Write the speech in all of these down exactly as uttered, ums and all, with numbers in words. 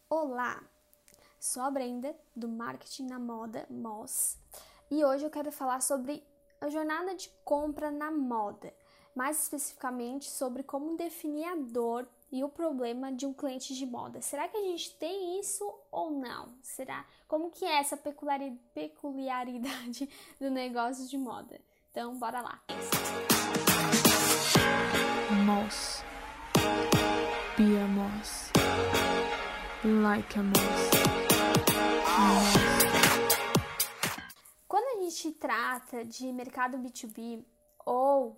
Olá, sou a Brenda, do Marketing na Moda, M O S, e hoje eu quero falar sobre a jornada de compra na moda, mais especificamente sobre como definir a dor e o problema de um cliente de moda. Será que a gente tem isso ou não? Será? Como que é essa peculiari- peculiaridade do negócio de moda? Então, bora lá! M O S. Be a M O S. Like a M O S. M O S. Quando a gente trata de mercado B dois B ou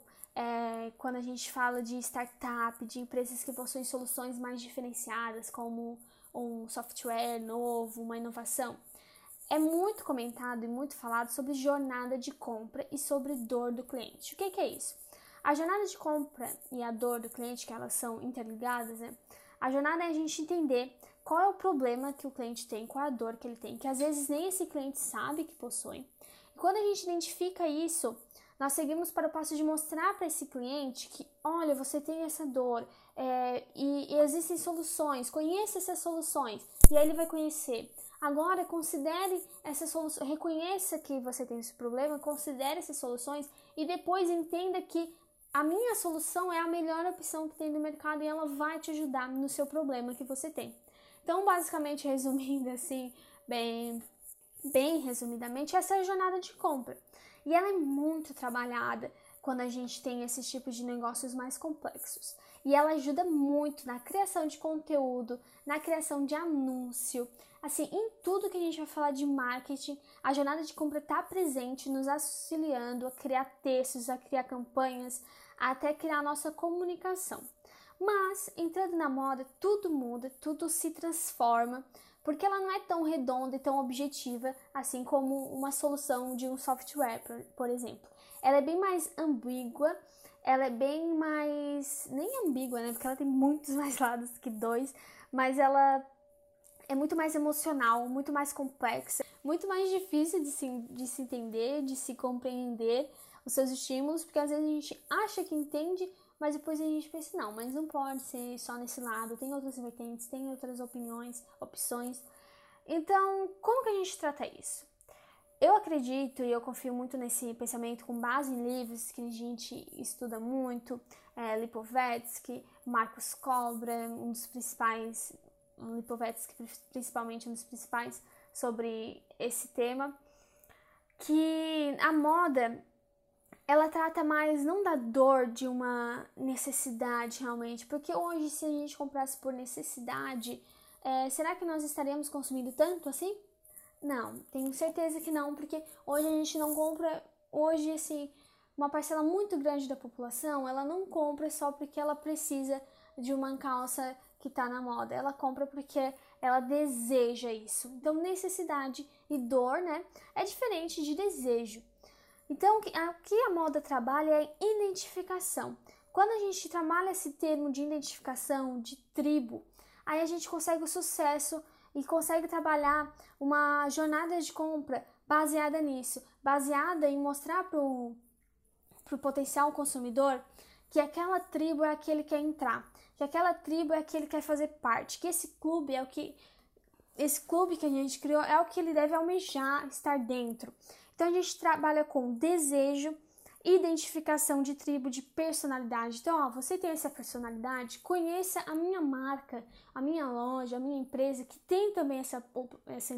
é, quando a gente fala de startup, de empresas que possuem soluções mais diferenciadas, como um software novo, uma inovação, é muito comentado e muito falado sobre jornada de compra e sobre dor do cliente. O que, que é isso? A jornada de compra e a dor do cliente, que elas são interligadas, né? A jornada é a gente entender qual é o problema que o cliente tem, qual é a dor que ele tem, que às vezes nem esse cliente sabe que possui. E quando a gente identifica isso, nós seguimos para o passo de mostrar para esse cliente que, olha, você tem essa dor é, e, e existem soluções, conheça essas soluções, e aí ele vai conhecer. Agora, considere essas soluções, reconheça que você tem esse problema, considere essas soluções e depois entenda que a minha solução é a melhor opção que tem no mercado e ela vai te ajudar no seu problema que você tem. Então, basicamente, resumindo assim, bem, bem resumidamente, essa é a jornada de compra. E ela é muito trabalhada quando a gente tem esses tipos de negócios mais complexos. E ela ajuda muito na criação de conteúdo, na criação de anúncio. Assim, em tudo que a gente vai falar de marketing, a jornada de compra está presente, nos auxiliando a criar textos, a criar campanhas, até criar a nossa comunicação. Mas, entrando na moda, tudo muda, tudo se transforma, porque ela não é tão redonda e tão objetiva, assim como uma solução de um software, por, por exemplo. Ela é bem mais ambígua, ela é bem mais... nem ambígua, né? Porque ela tem muitos mais lados que dois, mas ela é muito mais emocional, muito mais complexa, muito mais difícil de se, de se entender, de se compreender os seus estímulos, porque às vezes a gente acha que entende, mas depois a gente pensa, não, mas não pode ser só nesse lado, tem outras vertentes, tem outras opiniões, opções. Então, como que a gente trata isso? Eu acredito e eu confio muito nesse pensamento com base em livros que a gente estuda muito, é, Lipovetsky, Marcos Cobra, um dos principais, Lipovetsky principalmente um dos principais sobre esse tema, que a moda ela trata mais não da dor de uma necessidade realmente, porque hoje se a gente comprasse por necessidade, é, será que nós estaríamos consumindo tanto assim? Não, tenho certeza que não, porque hoje a gente não compra, hoje assim, uma parcela muito grande da população, ela não compra só porque ela precisa de uma calça que tá na moda, ela compra porque ela deseja isso. Então necessidade e dor, né, é diferente de desejo. Então, o que a moda trabalha é identificação. Quando a gente trabalha esse termo de identificação, de tribo, aí a gente consegue o sucesso e consegue trabalhar uma jornada de compra baseada nisso, baseada em mostrar para o potencial consumidor que aquela tribo é a que ele quer entrar, que aquela tribo é a que ele quer fazer parte, que esse clube é o que esse clube que a gente criou é o que ele deve almejar estar dentro. Então, a gente trabalha com desejo, identificação de tribo, de personalidade. Então, ó, você tem essa personalidade, conheça a minha marca, a minha loja, a minha empresa, que tem também essa, essa,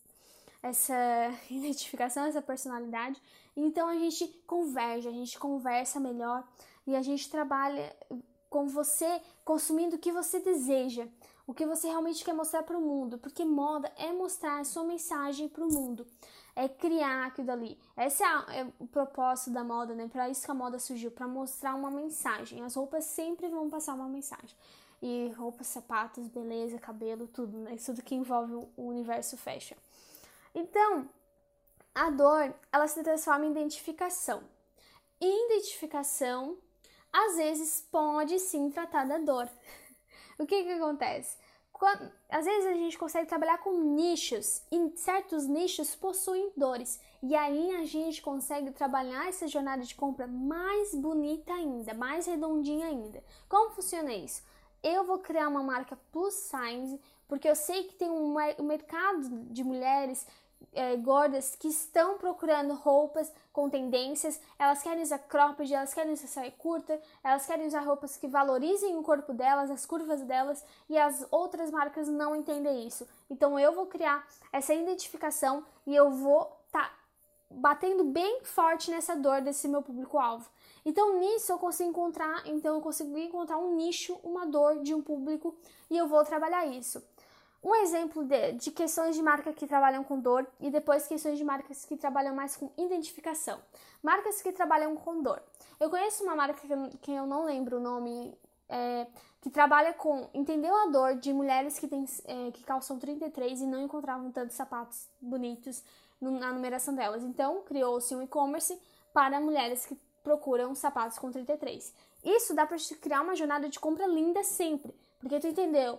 essa identificação, essa personalidade. Então, a gente converge, a gente conversa melhor e a gente trabalha com você consumindo o que você deseja, o que você realmente quer mostrar para o mundo, porque moda é mostrar a sua mensagem para o mundo, é criar aquilo dali. Esse é, é o propósito da moda, né? Para isso que a moda surgiu, para mostrar uma mensagem. As roupas sempre vão passar uma mensagem. E roupas, sapatos, beleza, cabelo, tudo, né? Tudo que envolve o universo fashion. Então, a dor, ela se transforma em identificação. E identificação, às vezes, pode sim tratar da dor. O que que acontece? Quando, às vezes a gente consegue trabalhar com nichos, e certos nichos possuem dores, e aí a gente consegue trabalhar essa jornada de compra mais bonita ainda, mais redondinha ainda. Como funciona isso? Eu vou criar uma marca plus size porque eu sei que tem um, um mercado de mulheres é, gordas que estão procurando roupas com tendências, elas querem usar cropped, elas querem usar saia curta, elas querem usar roupas que valorizem o corpo delas, as curvas delas, e as outras marcas não entendem isso. Então eu vou criar essa identificação e eu vou tá batendo bem forte nessa dor desse meu público-alvo. Então nisso eu consigo encontrar, então eu consigo encontrar um nicho, uma dor de um público, e eu vou trabalhar isso. Um exemplo de, de questões de marca que trabalham com dor e depois questões de marcas que trabalham mais com identificação. Marcas que trabalham com dor. Eu conheço uma marca que eu, que eu não lembro o nome, é, que trabalha com, entendeu a dor de mulheres que, tem, é, que calçam trinta e três e não encontravam tantos sapatos bonitos no, na numeração delas. Então, criou-se um e-commerce para mulheres que procuram sapatos com trinta e três. Isso dá para criar uma jornada de compra linda sempre, porque tu entendeu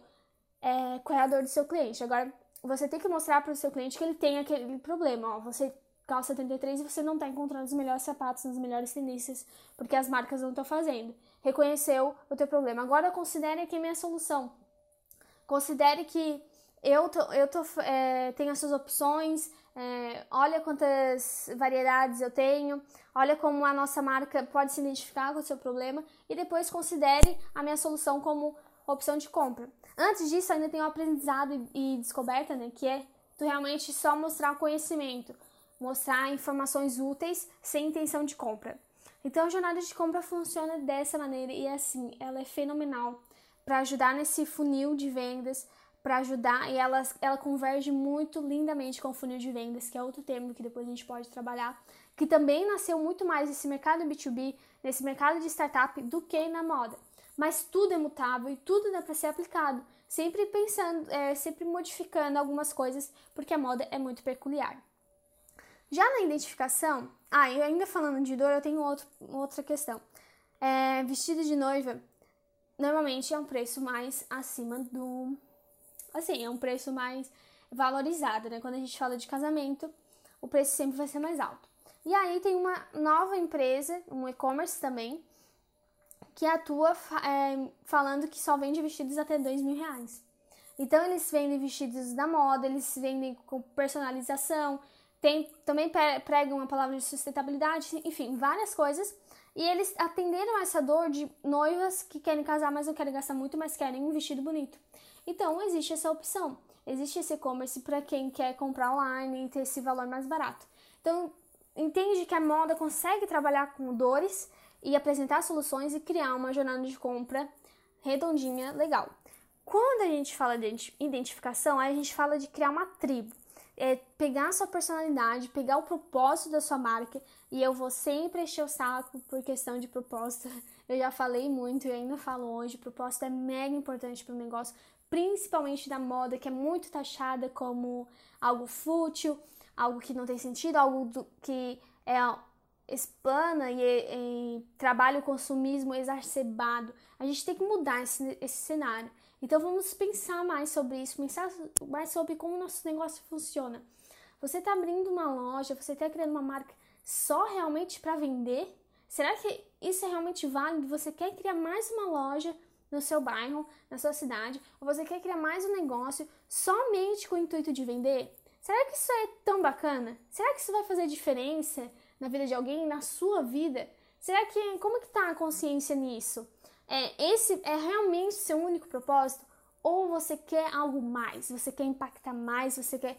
É, qual é a dor do seu cliente. Agora, você tem que mostrar para o seu cliente que ele tem aquele problema. Ó, você calça trinta e três e você não está encontrando os melhores sapatos, nas melhores tendências, porque as marcas não estão fazendo. Reconheceu o teu problema. Agora, considere aqui a minha solução. Considere que eu, tô, eu tô, é, tenho as suas opções, é, olha quantas variedades eu tenho, olha como a nossa marca pode se identificar com o seu problema, e depois considere a minha solução como opção de compra. Antes disso, ainda tem o aprendizado e descoberta, né, que é tu realmente só mostrar conhecimento, mostrar informações úteis sem intenção de compra. Então, a jornada de compra funciona dessa maneira e, assim, ela é fenomenal para ajudar nesse funil de vendas, para ajudar, e ela, ela converge muito lindamente com o funil de vendas, que é outro termo que depois a gente pode trabalhar, que também nasceu muito mais nesse mercado B dois B, nesse mercado de startup, do que na moda. Mas tudo é mutável e tudo dá para ser aplicado, sempre pensando, é, sempre modificando algumas coisas, porque a moda é muito peculiar. Já na identificação, ah, e ainda falando de dor, eu tenho outro, outra questão. É, vestido de noiva, normalmente é um preço mais acima do... Assim, é um preço mais valorizado, né? Quando a gente fala de casamento, o preço sempre vai ser mais alto. E aí tem uma nova empresa, um e-commerce também, que atua é, falando que só vende vestidos até dois mil reais. Então, eles vendem vestidos da moda, eles vendem com personalização, tem, também pregam a palavra de sustentabilidade, enfim, várias coisas. E eles atenderam essa dor de noivas que querem casar, mas não querem gastar muito, mas querem um vestido bonito. Então, existe essa opção. Existe esse e-commerce para quem quer comprar online e ter esse valor mais barato. Então, entende que a moda consegue trabalhar com dores e apresentar soluções e criar uma jornada de compra redondinha, legal. Quando a gente fala de identificação, aí a gente fala de criar uma tribo. É pegar a sua personalidade, pegar o propósito da sua marca, e eu vou sempre encher o saco por questão de propósito. Eu já falei muito e ainda falo hoje, propósito é mega importante para o negócio, principalmente da moda, que é muito taxada como algo fútil, algo que não tem sentido, algo do, que é explana e, e trabalha o consumismo exacerbado. A gente tem que mudar esse, esse cenário. Então vamos pensar mais sobre isso, pensar mais sobre como o nosso negócio funciona. Você está abrindo uma loja, você está criando uma marca só realmente para vender? Será que isso é realmente válido? Você quer criar mais uma loja no seu bairro, na sua cidade? Ou você quer criar mais um negócio somente com o intuito de vender? Será que isso é tão bacana? Será que isso vai fazer diferença na vida de alguém, na sua vida? Será que, como que tá a consciência nisso? É, esse é realmente seu único propósito? Ou você quer algo mais? Você quer impactar mais? Você quer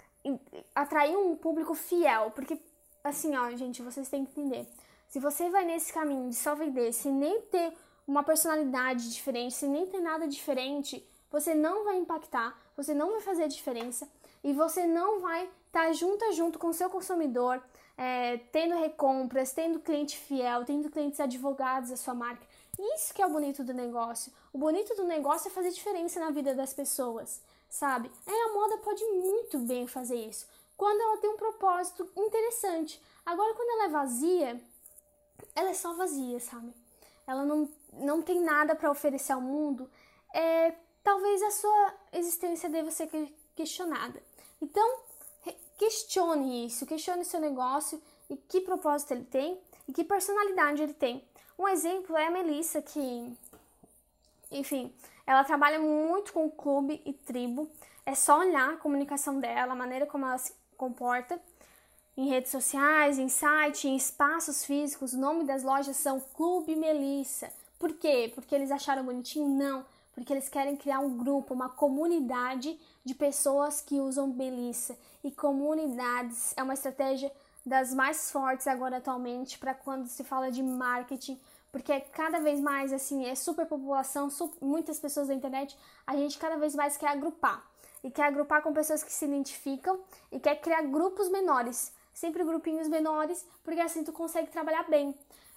atrair um público fiel? Porque, assim, ó, gente, vocês têm que entender. Se você vai nesse caminho de só vender, sem nem ter uma personalidade diferente, sem nem ter nada diferente, você não vai impactar, você não vai fazer a diferença e você não vai estar junto a junto com o seu consumidor, é, tendo recompras, tendo cliente fiel, tendo clientes advogados da sua marca. Isso que é o bonito do negócio. O bonito do negócio é fazer diferença na vida das pessoas, sabe? É, a moda pode muito bem fazer isso, quando ela tem um propósito interessante. Agora, quando ela é vazia, ela é só vazia, sabe? Ela não, não tem nada para oferecer ao mundo, é, talvez a sua existência deva ser questionada. Então, questione isso, questione seu negócio e que propósito ele tem e que personalidade ele tem. Um exemplo é a Melissa, que, enfim, Ela trabalha muito com clube e tribo. É só olhar a comunicação dela, a maneira como ela se comporta em redes sociais, em site, em espaços físicos. O nome das lojas são Clube Melissa. Por quê? Porque eles acharam bonitinho? Não. Porque eles querem criar um grupo, uma comunidade de pessoas que usam Melissa. E comunidades é uma estratégia das mais fortes agora atualmente para quando se fala de marketing, porque é cada vez mais assim, é superpopulação, super, muitas pessoas da internet, a gente cada vez mais quer agrupar. E quer agrupar com pessoas que se identificam e quer criar grupos menores, sempre grupinhos menores, porque assim tu consegue trabalhar bem.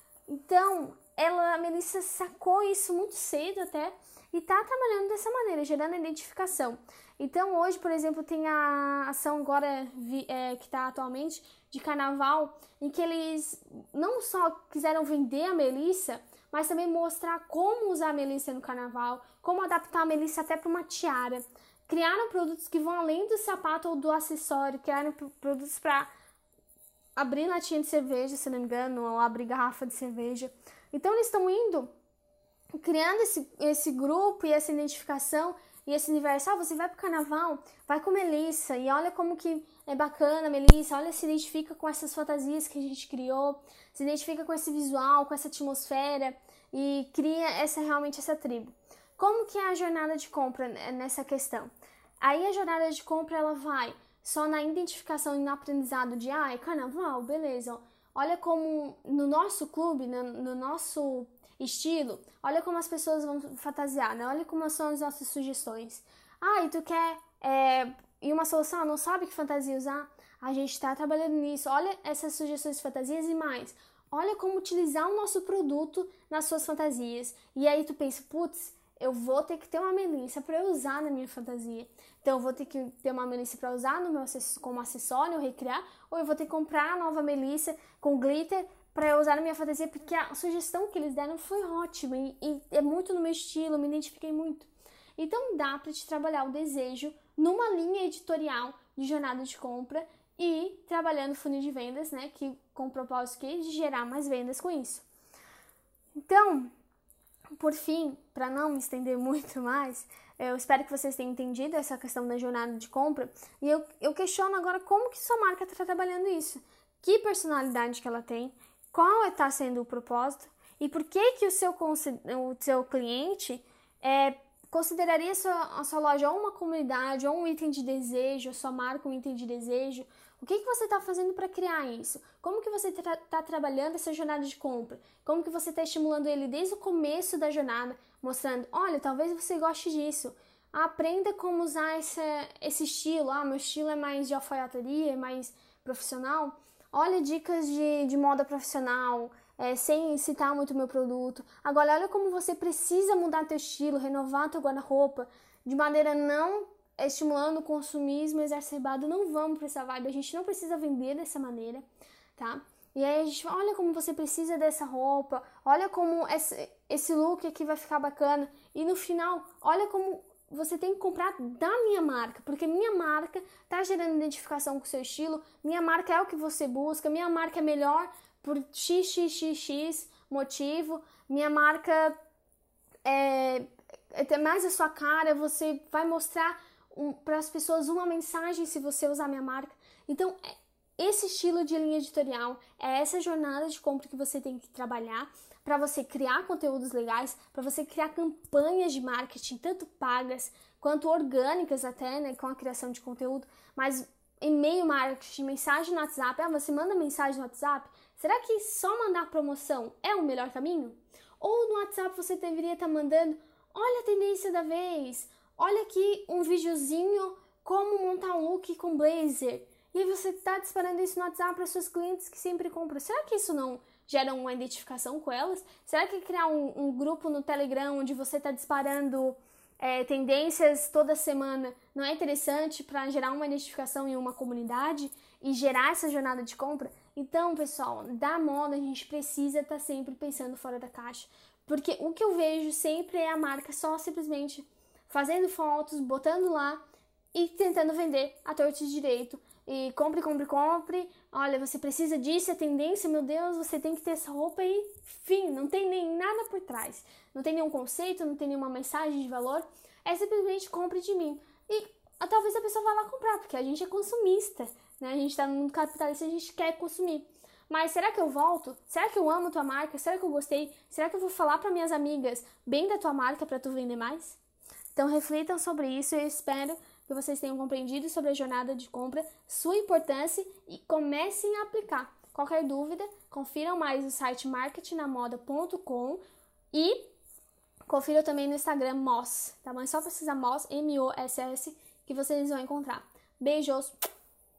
Então, ela, a Melissa sacou isso muito cedo até e tá trabalhando dessa maneira, gerando identificação. Então, hoje, por exemplo, tem a ação agora é, que está atualmente de carnaval, em que eles não só quiseram vender a Melissa, mas também mostrar como usar a Melissa no carnaval, como adaptar a Melissa até para uma tiara. Criaram produtos que vão além do sapato ou do acessório, criaram produtos para abrir latinha de cerveja, se não me engano, ou abrir garrafa de cerveja. Então, eles estão indo, criando esse, esse grupo e essa identificação e esse universo. Ah, você vai pro carnaval, vai com Melissa e olha como que é bacana, Melissa, olha, se identifica com essas fantasias que a gente criou, se identifica com esse visual, com essa atmosfera e cria essa realmente essa tribo. Como que é a jornada de compra nessa questão? Aí a jornada de compra ela vai só na identificação e no aprendizado de, ah, é carnaval, beleza. Olha como no nosso clube, no, no nosso estilo, olha como as pessoas vão fantasiar, né? Olha como são as nossas sugestões. Ah, e tu quer é, ir uma solução, não sabe que fantasia usar? A gente está trabalhando nisso. Olha essas sugestões de fantasias e mais. Olha como utilizar o nosso produto nas suas fantasias. E aí tu pensa, putz, eu vou ter que ter uma Melissa para eu usar na minha fantasia. Então, eu vou ter que ter uma Melissa para usar no meu, como acessório, recriar, ou eu vou ter que comprar a nova Melissa com glitter para eu usar na minha fantasia, porque a sugestão que eles deram foi ótima e, e é muito no meu estilo, eu me identifiquei muito. Então, dá para te trabalhar o desejo numa linha editorial de jornada de compra e trabalhando funil de vendas, né, que com o propósito de gerar mais vendas com isso. Então, por fim, para não me estender muito mais, eu espero que vocês tenham entendido essa questão da jornada de compra e eu, eu questiono agora como que sua marca está trabalhando isso, que personalidade que ela tem, qual está sendo o propósito e por que que o seu, o seu cliente é, consideraria a sua, a sua loja ou uma comunidade, ou um item de desejo, a sua marca um item de desejo. O que que você está fazendo para criar isso? Como que você está tra- trabalhando essa jornada de compra? Como que você está estimulando ele desde o começo da jornada, mostrando, olha, talvez você goste disso. Aprenda como usar esse, esse estilo. Ah, meu estilo é mais de alfaiataria, é mais profissional. Olha dicas de, de moda profissional, é, sem citar muito o meu produto. Agora, olha como você precisa mudar teu estilo, renovar teu guarda-roupa, de maneira não estimulando o consumismo exacerbado. Não vamos para essa vibe, a gente não precisa vender dessa maneira, tá? E aí a gente fala, olha como você precisa dessa roupa, olha como esse, esse look aqui vai ficar bacana. E no final, olha como você tem que comprar da minha marca, porque minha marca tá gerando identificação com o seu estilo, minha marca é o que você busca, minha marca é melhor por x x x x motivo, minha marca é, é mais a sua cara, você vai mostrar um, para as pessoas uma mensagem se você usar minha marca. Então, esse estilo de linha editorial, é essa jornada de compra que você tem que trabalhar para você criar conteúdos legais, para você criar campanhas de marketing, tanto pagas quanto orgânicas até, né, com a criação de conteúdo, mas e-mail marketing, mensagem no WhatsApp. Ah, você manda mensagem no WhatsApp? Será que só mandar promoção é o melhor caminho? Ou no WhatsApp você deveria estar mandando, olha a tendência da vez, olha aqui um videozinho como montar um look com blazer. E aí você está disparando isso no WhatsApp para seus clientes que sempre compram. Será que isso não gera uma identificação com elas? Será que criar um, um grupo no Telegram onde você está disparando é, tendências toda semana não é interessante para gerar uma identificação em uma comunidade e gerar essa jornada de compra? Então, pessoal, da moda a gente precisa estar tá sempre pensando fora da caixa. Porque o que eu vejo sempre é a marca só simplesmente fazendo fotos, botando lá e tentando vender à torta e direito, e compre, compre, compre. Olha, você precisa disso, é tendência, meu Deus, você tem que ter essa roupa e fim, não tem nem nada por trás. Não tem nenhum conceito, não tem nenhuma mensagem de valor. É simplesmente compre de mim. E talvez a pessoa vá lá comprar, porque a gente é consumista, né? A gente tá no mundo capitalista, a gente quer consumir. Mas será que eu volto? Será que eu amo tua marca? Será que eu gostei? Será que eu vou falar para minhas amigas bem da tua marca para tu vender mais? Então reflitam sobre isso e eu espero que vocês tenham compreendido sobre a jornada de compra, sua importância e comecem a aplicar. Qualquer dúvida, confiram mais no site marketing na moda ponto com e confiram também no Instagram Moss, tá bom? É só precisar Moss, M O S S, que vocês vão encontrar. Beijos!